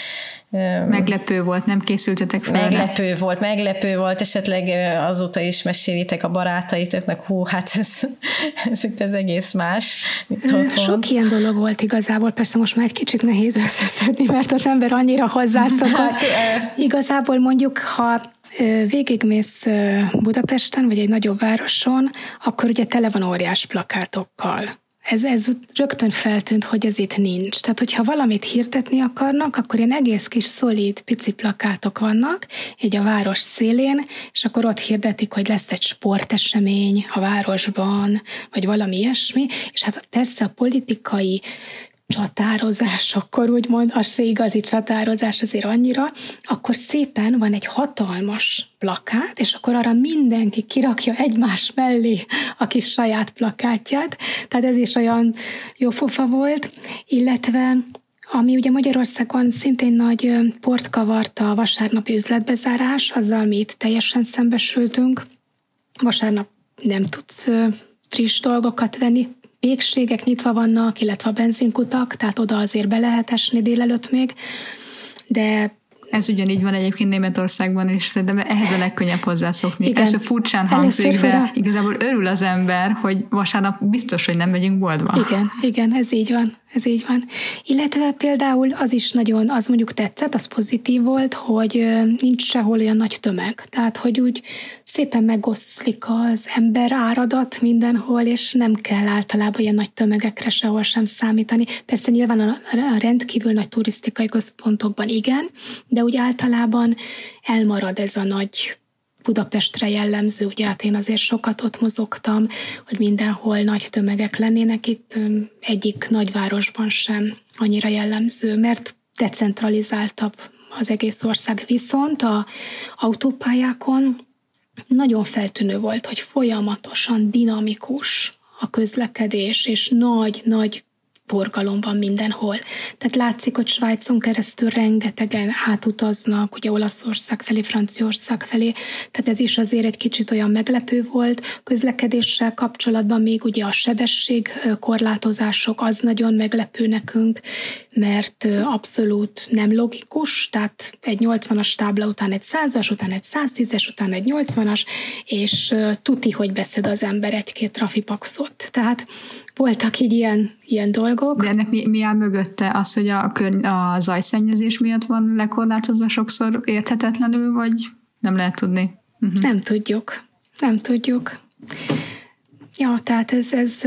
meglepő volt, nem készültetek fel. Meglepő rá. volt, meglepő volt, esetleg azóta is mesélitek a barátaitoknak, hú, hát ez, ez itt az egész más, mint otthon. Sok ilyen dolog volt igazából, persze most már egy kicsit nehéz összeszedni, mert az ember annyira hozzászokott. Hát, igazából mondjuk, ha végigmész Budapesten, vagy egy nagyobb városon, akkor ugye tele van óriás plakátokkal. Ez, ez rögtön feltűnt, hogy ez itt nincs. Tehát, hogyha valamit hirdetni akarnak, akkor ilyen egész kis szolid, pici plakátok vannak, így a város szélén, és akkor ott hirdetik, hogy lesz egy sportesemény a városban, vagy valami ilyesmi, és hát persze a politikai csatározás, akkor úgymond, az se igazi csatározás azért annyira, akkor szépen van egy hatalmas plakát, és akkor arra mindenki kirakja egymás mellé a kis saját plakátját, tehát ez is olyan jó fofa volt, illetve ami ugye Magyarországon szintén nagy port kavart a vasárnapi üzletbezárás, azzal mi itt teljesen szembesültünk. Vasárnap nem tudsz friss dolgokat venni, végségek nyitva vannak, illetve a benzinkutak, tehát oda azért be lehet esni délelőtt még, de ez ugyanígy van egyébként Németországban, és szerintem ehhez a legkönnyebb hozzászokni. Először furcsán hangzik, de igazából örül az ember, hogy vasárnap biztos, hogy nem megyünk boltba. Igen, igen, ez így van. Ez így van. Illetve például az is nagyon, az mondjuk tetszett, az pozitív volt, hogy nincs sehol olyan nagy tömeg. Tehát, hogy úgy szépen megoszlik az ember áradat mindenhol, és nem kell általában ilyen nagy tömegekre sehol sem számítani. Persze nyilván a rendkívül nagy turisztikai központokban igen, de úgy általában elmarad ez a nagy Budapestre jellemző, ugye hát én azért sokat ott mozogtam, hogy mindenhol nagy tömegek lennének, itt egyik nagyvárosban sem annyira jellemző, mert decentralizáltabb az egész ország. Viszont a autópályákon nagyon feltűnő volt, hogy folyamatosan dinamikus a közlekedés, és nagy-nagy forgalom van mindenhol. Tehát látszik, hogy Svájcon keresztül rengetegen átutaznak, ugye Olaszország felé, Franciaország felé, tehát ez is azért egy kicsit olyan meglepő volt. Közlekedéssel kapcsolatban még ugye a sebességkorlátozások, az nagyon meglepő nekünk, mert abszolút nem logikus, tehát egy nyolcvanas tábla után egy százas, után egy száztízes, után egy nyolcvanas, és tuti, hogy beszed az ember egy-két trafipaxot. Tehát voltak így ilyen, ilyen dolgok. De ennek mi, mi áll mögötte? Az, hogy a, körny- a zajszennyezés miatt van lekorlátozva sokszor érthetetlenül, vagy nem lehet tudni? Uh-huh. Nem tudjuk. Nem tudjuk. Ja, tehát ez, ez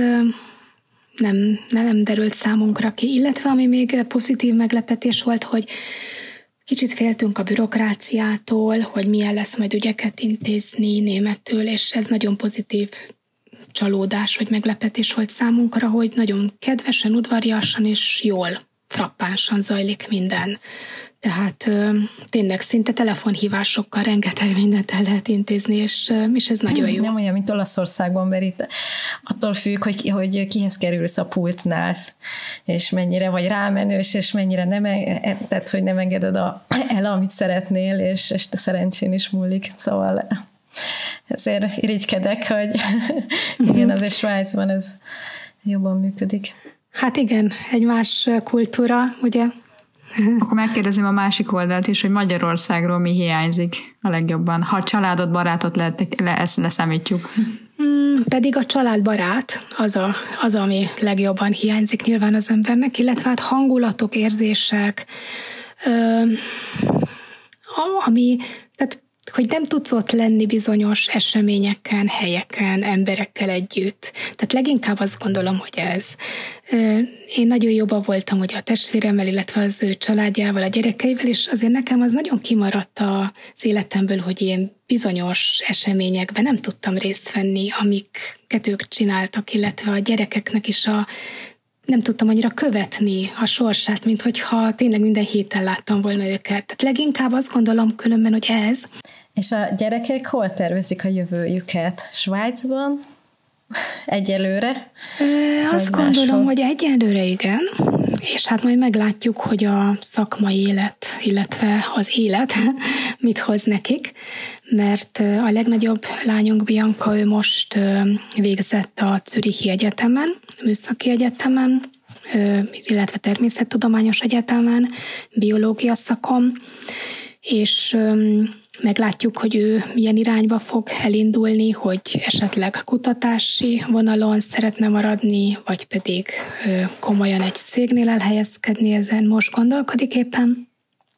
nem, nem derült számunkra ki. Illetve ami még pozitív meglepetés volt, hogy kicsit féltünk a bürokráciától, hogy milyen lesz majd ügyeket intézni németül, és ez nagyon pozitív csalódás vagy meglepetés volt számunkra, hogy nagyon kedvesen, udvariasan és jól, frappánsan zajlik minden. Tehát ö, tényleg szinte telefonhívásokkal rengeteg mindent el lehet intézni, és, és ez nagyon jó. Nem olyan, mint Olaszországban, mert itt attól függ, hogy, hogy kihez kerülsz a pultnál, és mennyire vagy rámenős, és mennyire nem, tehát, hogy nem engeded a, el, amit szeretnél, és, és te szerencsén is múlik. Szóval ezért irigykedek, hogy igen, azért Svájcban ez jobban működik. Hát igen, egy más kultúra, ugye? Akkor megkérdezem a másik oldalt is, hogy Magyarországról mi hiányzik a legjobban, ha családot, barátot le, le, ezt leszámítjuk. Hmm, pedig a családbarát az, a, az, ami legjobban hiányzik nyilván az embernek, illetve hát hangulatok, érzések, ö, ami, tehát hogy nem tudsz ott lenni bizonyos eseményeken, helyeken, emberekkel együtt. Tehát leginkább azt gondolom, hogy ez. Én nagyon jobban voltam ugye a testvéremmel, illetve az ő családjával, a gyerekeivel, és azért nekem az nagyon kimaradt az életemből, hogy én bizonyos eseményekben nem tudtam részt venni, amiket ők csináltak, illetve a gyerekeknek is a nem tudtam annyira követni a sorsát, mint hogyha tényleg minden héten láttam volna őket. Tehát leginkább azt gondolom különben, hogy ez. És a gyerekek hol tervezik a jövőjüket? Svájcban? Egyelőre? Ö, azt gondolom, máshol? Hogy egyelőre igen, és hát majd meglátjuk, hogy a szakmai élet, illetve az élet mit hoz nekik, mert a legnagyobb lányunk Bianca, ő most végzett a Zürichi Egyetemen, Műszaki Egyetemen, illetve Természettudományos Egyetemen, biológia szakon, és meglátjuk, hogy ő milyen irányba fog elindulni, hogy esetleg kutatási vonalon szeretne maradni, vagy pedig komolyan egy cégnél elhelyezkedni, ezen most gondolkodik éppen.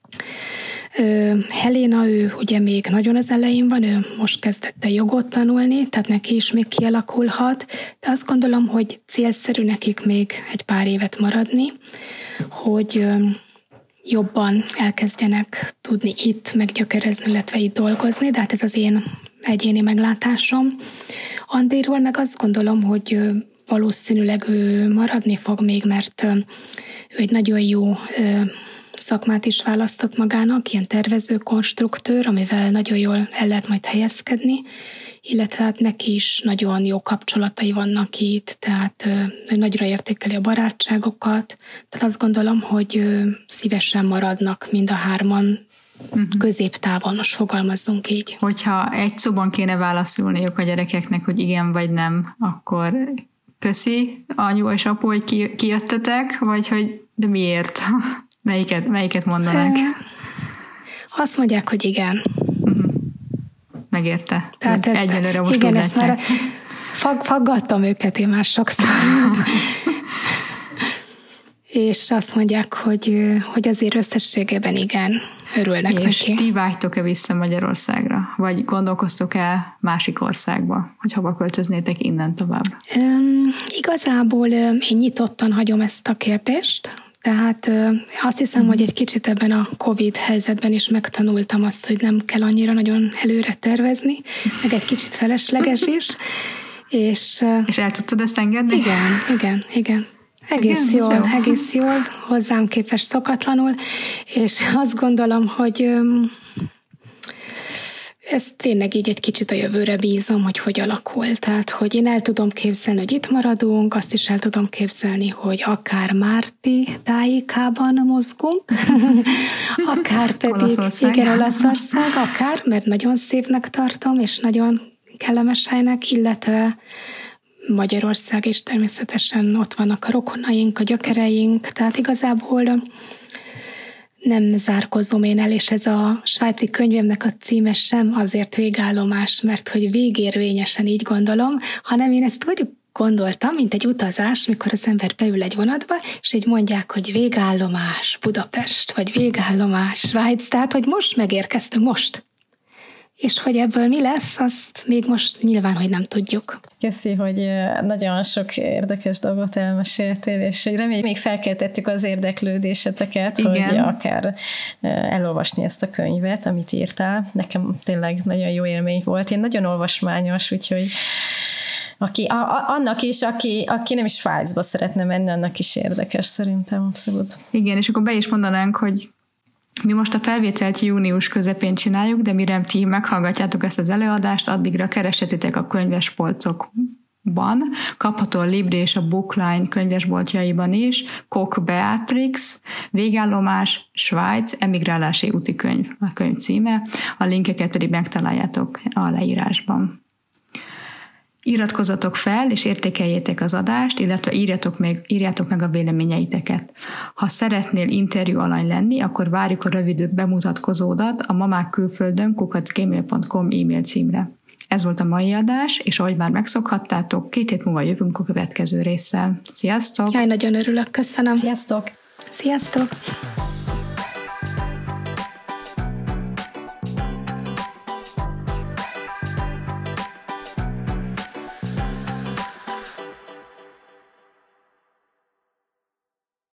Helena, ő ugye még nagyon az elején van, ő most kezdett el jogot tanulni, tehát neki is még kialakulhat, de azt gondolom, hogy célszerű nekik még egy pár évet maradni, hogy jobban elkezdjenek tudni itt meggyökerezni, illetve itt dolgozni, de hát ez az én egyéni meglátásom. Andréról meg azt gondolom, hogy valószínűleg ő maradni fog még, mert ő egy nagyon jó szakmát is választott magának, ilyen tervező, konstruktőr, amivel nagyon jól el lehet majd helyezkedni, illetve hát neki is nagyon jó kapcsolatai vannak itt, tehát ő nagyra értékeli a barátságokat, tehát azt gondolom, hogy szívesen maradnak mind a hárman, uh-huh. középtávon, most fogalmazzunk így. Hogyha egy szóban kéne válaszolniuk a gyerekeknek, hogy igen vagy nem, akkor köszi, anyu és apu, hogy ki, kijöttetek, vagy hogy de miért? Melyiket, melyiket mondanak? Azt mondják, hogy igen. Uh-huh. Megérte. Tehát ezt, egyelőre most igen, ezt már fag, faggattam őket én már sokszor. És azt mondják, hogy, hogy azért összességében igen, örülnek és neki. És ti vágytok-e vissza Magyarországra? Vagy gondolkoztok-e másik országba, hogy hova költöznétek innen tovább? Um, igazából um, én nyitottan hagyom ezt a kérdést. Tehát uh, azt hiszem, mm. hogy egy kicsit ebben a Covid helyzetben is megtanultam azt, hogy nem kell annyira nagyon előre tervezni, meg egy kicsit felesleges is. és, uh, és el tudtad ezt engedni? Igen, igen, igen. Egész igen, jól, jó. egész jól, hozzám képest szokatlanul, és azt gondolom, hogy um, ezt tényleg így egy kicsit a jövőre bízom, hogy hogy alakul. Tehát, hogy én el tudom képzelni, hogy itt maradunk, azt is el tudom képzelni, hogy akár Márti tájékában mozgunk, akár pedig Olaszország. Igen, Olaszország, akár, mert nagyon szépnek tartom, és nagyon kellemes helynek, illetve Magyarország, és természetesen ott vannak a rokonaink, a gyökereink, tehát igazából nem zárkozom én el, és ez a svájci könyvemnek a címe sem azért végállomás, mert hogy végérvényesen így gondolom, hanem én ezt úgy gondoltam, mint egy utazás, mikor az ember beül egy vonatba, és így mondják, hogy végállomás Budapest, vagy végállomás Svájc, tehát hogy most megérkeztünk, most. És hogy ebből mi lesz, azt még most nyilván, hogy nem tudjuk. Köszi, hogy nagyon sok érdekes dolgot elmeséltél, és hogy reméljük, még felkeltettük az érdeklődéseteket, igen. hogy akár elolvasni ezt a könyvet, amit írtál. Nekem tényleg nagyon jó élmény volt. Én nagyon olvasmányos, úgyhogy aki, a, a, annak is, aki, aki nem is Svájcba szeretne menni, annak is érdekes szerintem, abszolút. Igen, és akkor be is mondanánk, hogy mi most a felvételt június közepén csináljuk, de mire ti meghallgatjátok ezt az előadást, addigra keresetitek a könyvesboltokban, kapható a Libri és a Bookline könyvesboltjaiban is, Koch Beatrix, Végállomás, Svájc, emigrálási úti könyv a könyv címe, a linkeket pedig megtaláljátok a leírásban. Iratkozzatok fel, és értékeljétek az adást, illetve írjatok meg, írjátok meg a véleményeiteket. Ha szeretnél interjú alany lenni, akkor várjuk a rövid bemutatkozódat a mamák külföldön kukac gmail pont com e-mail címre. Ez volt a mai adás, és ahogy már megszokhattátok, két hét múlva jövünk a következő résszel. Sziasztok! Jaj, nagyon örülök, köszönöm! Sziasztok! Sziasztok!